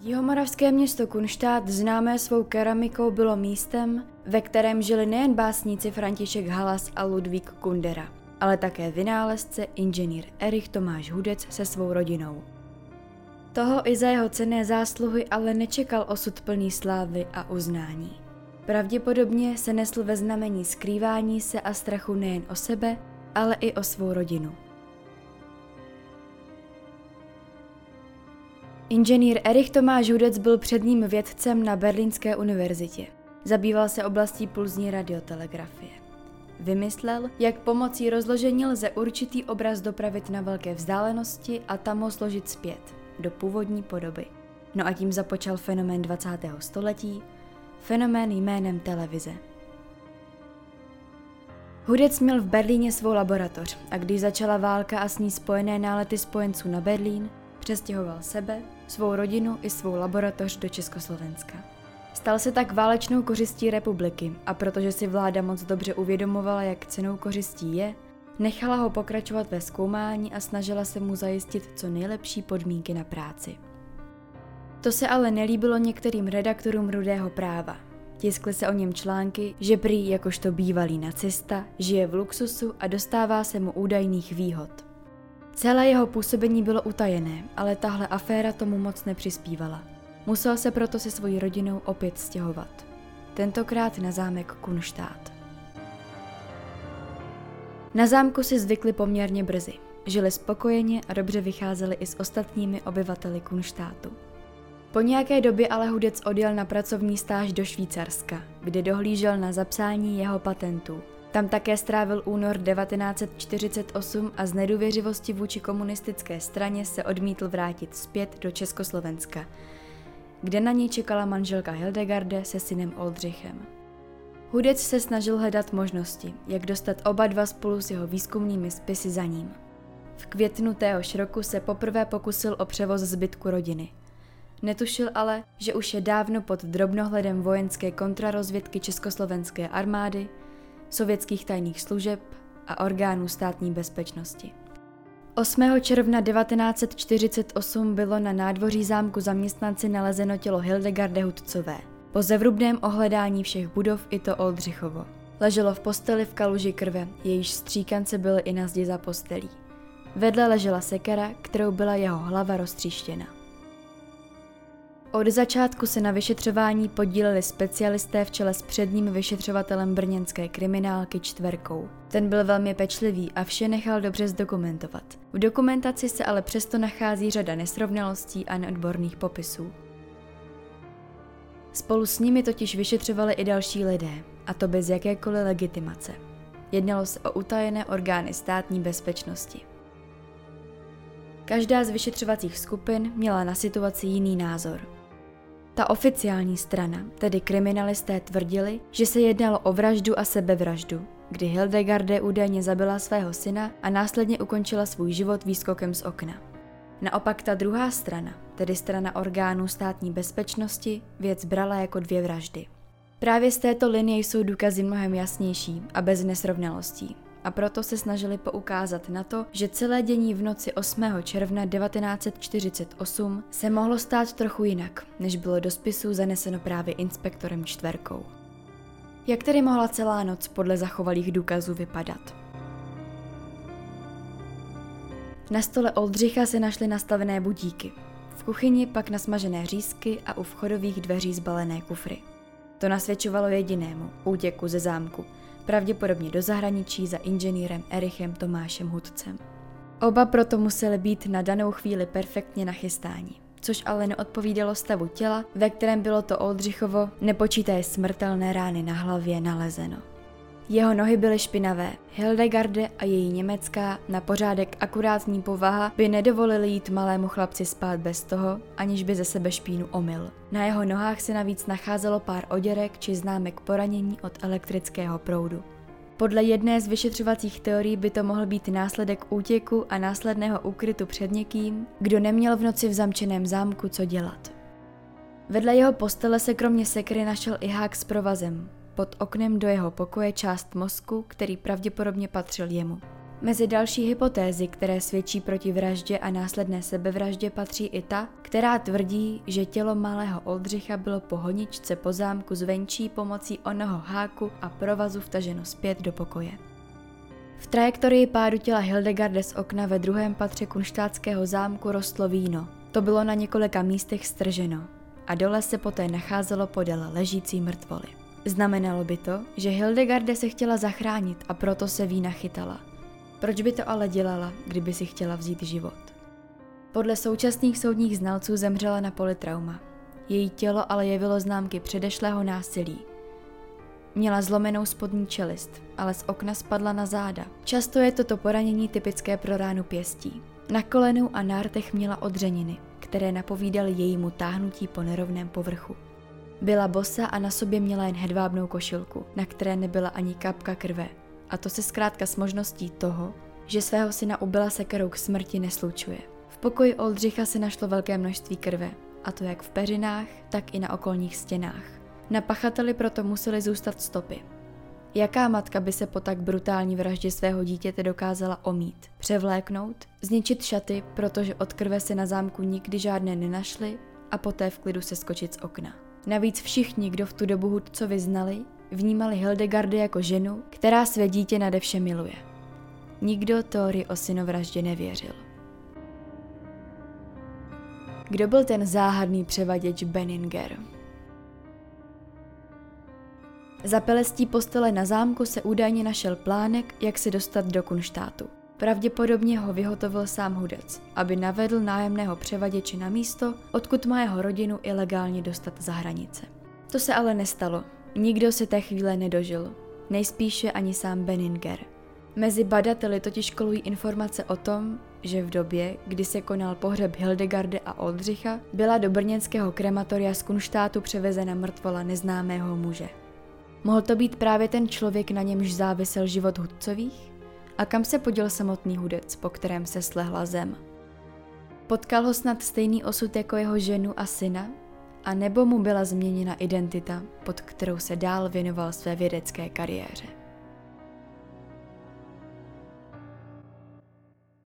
Jihomoravské město Kunštát, známé svou keramikou, bylo místem, ve kterém žili nejen básníci František Halas a Ludvík Kundera, ale také vynálezce inženýr Erich Tomáš Hudec se svou rodinou. Toho i za jeho cenné zásluhy ale nečekal osud plný slávy a uznání. Pravděpodobně se nesl ve znamení skrývání se a strachu nejen o sebe, ale i o svou rodinu. Inženýr Erich Tomáš Hudec byl předním vědcem na Berlínské univerzitě. Zabýval se oblastí pulzní radiotelegrafie. Vymyslel, jak pomocí rozložení lze určitý obraz dopravit na velké vzdálenosti a tam ho složit zpět, do původní podoby. No a tím započal fenomén 20. století, fenomén jménem televize. Hudec měl v Berlíně svou laboratoř a když začala válka a s ní spojené nálety spojenců na Berlín, přestěhoval sebe, svou rodinu i svou laboratoř do Československa. Stal se tak válečnou kořistí republiky a protože si vláda moc dobře uvědomovala, jak cennou kořistí je, nechala ho pokračovat ve zkoumání a snažila se mu zajistit co nejlepší podmínky na práci. To se ale nelíbilo některým redaktorům Rudého práva. Tiskly se o něm články, že prý jakožto bývalý nacista žije v luxusu a dostává se mu údajných výhod. Celé jeho působení bylo utajené, ale tahle aféra tomu moc nepřispívala. Musel se proto se svojí rodinou opět stěhovat. Tentokrát na zámek Kunštát. Na zámku si zvykli poměrně brzy. Žili spokojeně a dobře vycházeli i s ostatními obyvateli Kunštátu. Po nějaké době ale Hudec odjel na pracovní stáž do Švýcarska, kde dohlížel na zapsání jeho patentů. Tam také strávil únor 1948 a z nedůvěřivosti vůči komunistické straně se odmítl vrátit zpět do Československa, kde na něj čekala manželka Hildegarde se synem Oldřichem. Hudec se snažil hledat možnosti, jak dostat oba dva spolu s jeho výzkumnými spisy za ním. V květnu téhož roku se poprvé pokusil o převoz zbytku rodiny. Netušil ale, že už je dávno pod drobnohledem vojenské kontrarozvědky československé armády, sovětských tajných služeb a orgánů státní bezpečnosti. 8. června 1948 bylo na nádvoří zámku zaměstnanci nalezeno tělo Hildegardy Hudcové. Po zevrubném ohledání všech budov i to Oldřichovo. Leželo v posteli v kaluži krve, jejíž stříkance byly i na zdi za postelí. Vedle ležela sekera, kterou byla jeho hlava roztříštěna. Od začátku se na vyšetřování podíleli specialisté v čele s předním vyšetřovatelem brněnské kriminálky Čtverkou. Ten byl velmi pečlivý a vše nechal dobře zdokumentovat. V dokumentaci se ale přesto nachází řada nesrovnalostí a neodborných popisů. Spolu s nimi totiž vyšetřovali i další lidé, a to bez jakékoliv legitimace. Jednalo se o utajené orgány státní bezpečnosti. Každá z vyšetřovacích skupin měla na situaci jiný názor. Ta oficiální strana, tedy kriminalisté, tvrdili, že se jednalo o vraždu a sebevraždu, kdy Hildegarde údajně zabila svého syna a následně ukončila svůj život výskokem z okna. Naopak ta druhá strana, tedy strana orgánů státní bezpečnosti, věc brala jako dvě vraždy. Právě z této linie jsou důkazy mnohem jasnější a bez nesrovnalostí. A proto se snažili poukázat na to, že celé dění v noci 8. června 1948 se mohlo stát trochu jinak, než bylo do spisu zaneseno právě inspektorem Čtverkou. Jak tedy mohla celá noc podle zachovalých důkazů vypadat? Na stole Oldřicha se našly nastavené budíky, v kuchyni pak nasmažené řízky a u vchodových dveří zbalené kufry. To nasvědčovalo jedinému útěku ze zámku, pravděpodobně do zahraničí za inženýrem Erichem Tomášem Hudcem. Oba proto museli být na danou chvíli perfektně nachystáni, což ale neodpovídalo stavu těla, ve kterém bylo to Oldřichovo, nepočítaje smrtelné rány na hlavě, nalezeno. Jeho nohy byly špinavé, Hildegarde a její německá, na pořádek akurátní povaha by nedovolili jít malému chlapci spát bez toho, aniž by ze sebe špínu omyl. Na jeho nohách se navíc nacházelo pár oděrek či známek poranění od elektrického proudu. Podle jedné z vyšetřovacích teorií by to mohl být následek útěku a následného úkrytu před někým, kdo neměl v noci v zamčeném zámku co dělat. Vedle jeho postele se kromě sekry našel i hák s provazem. Pod oknem do jeho pokoje část mozku, který pravděpodobně patřil jemu. Mezi další hypotézy, které svědčí proti vraždě a následné sebevraždě, patří i ta, která tvrdí, že tělo malého Oldřicha bylo po honičce po zámku zvenčí pomocí onoho háku a provazu vtaženo zpět do pokoje. V trajektorii pádu těla Hildegardy z okna ve druhém patře kunštátského zámku rostlo víno. To bylo na několika místech strženo a dole se poté nacházelo podél ležící mrtvoly. Znamenalo by to, že Hildegarda se chtěla zachránit a proto se vína chytala. Proč by to ale dělala, kdyby si chtěla vzít život? Podle současných soudních znalců zemřela na polytrauma. Její tělo ale jevilo známky předešlého násilí. Měla zlomenou spodní čelist, ale z okna spadla na záda. Často je toto poranění typické pro ránu pěstí. Na kolenou a nártech měla odřeniny, které napovídaly jejímu táhnutí po nerovném povrchu. Byla bosa a na sobě měla jen hedvábnou košilku, na které nebyla ani kapka krve. A to se zkrátka s možností toho, že svého syna ubila sekerou k smrti, neslučuje. V pokoji Oldřicha se našlo velké množství krve, a to jak v peřinách, tak i na okolních stěnách. Na pachateli proto musely zůstat stopy. Jaká matka by se po tak brutální vraždě svého dítěte dokázala omít, převléknout, zničit šaty, protože od krve se na zámku nikdy žádné nenašly, a poté v klidu se skočit z okna. Navíc všichni, kdo v tu dobu Hudcovi znali, vnímali Hildegardu jako ženu, která své dítě nade vše miluje. Nikdo teorii o synovraždě nevěřil. Kdo byl ten záhadný převaděč Benninger? Za pelestí postele na zámku se údajně našel plánek, jak se dostat do Kunštátu. Pravděpodobně ho vyhotovil sám Hudec, aby navedl nájemného převaděče na místo, odkud má jeho rodinu ilegálně dostat za hranice. To se ale nestalo. Nikdo se té chvíle nedožil. Nejspíše ani sám Benninger. Mezi badateli totiž kolují informace o tom, že v době, kdy se konal pohřeb Hildegardy a Oldřicha, byla do brněnského krematoria z Kunštátu převezena mrtvola neznámého muže. Mohl to být právě ten člověk, na němž závisel život Hudcových? A kam se poděl samotný Hudec, po kterém se slehla zem? Potkal ho snad stejný osud jako jeho ženu a syna? A nebo mu byla změněna identita, pod kterou se dál věnoval své vědecké kariéře?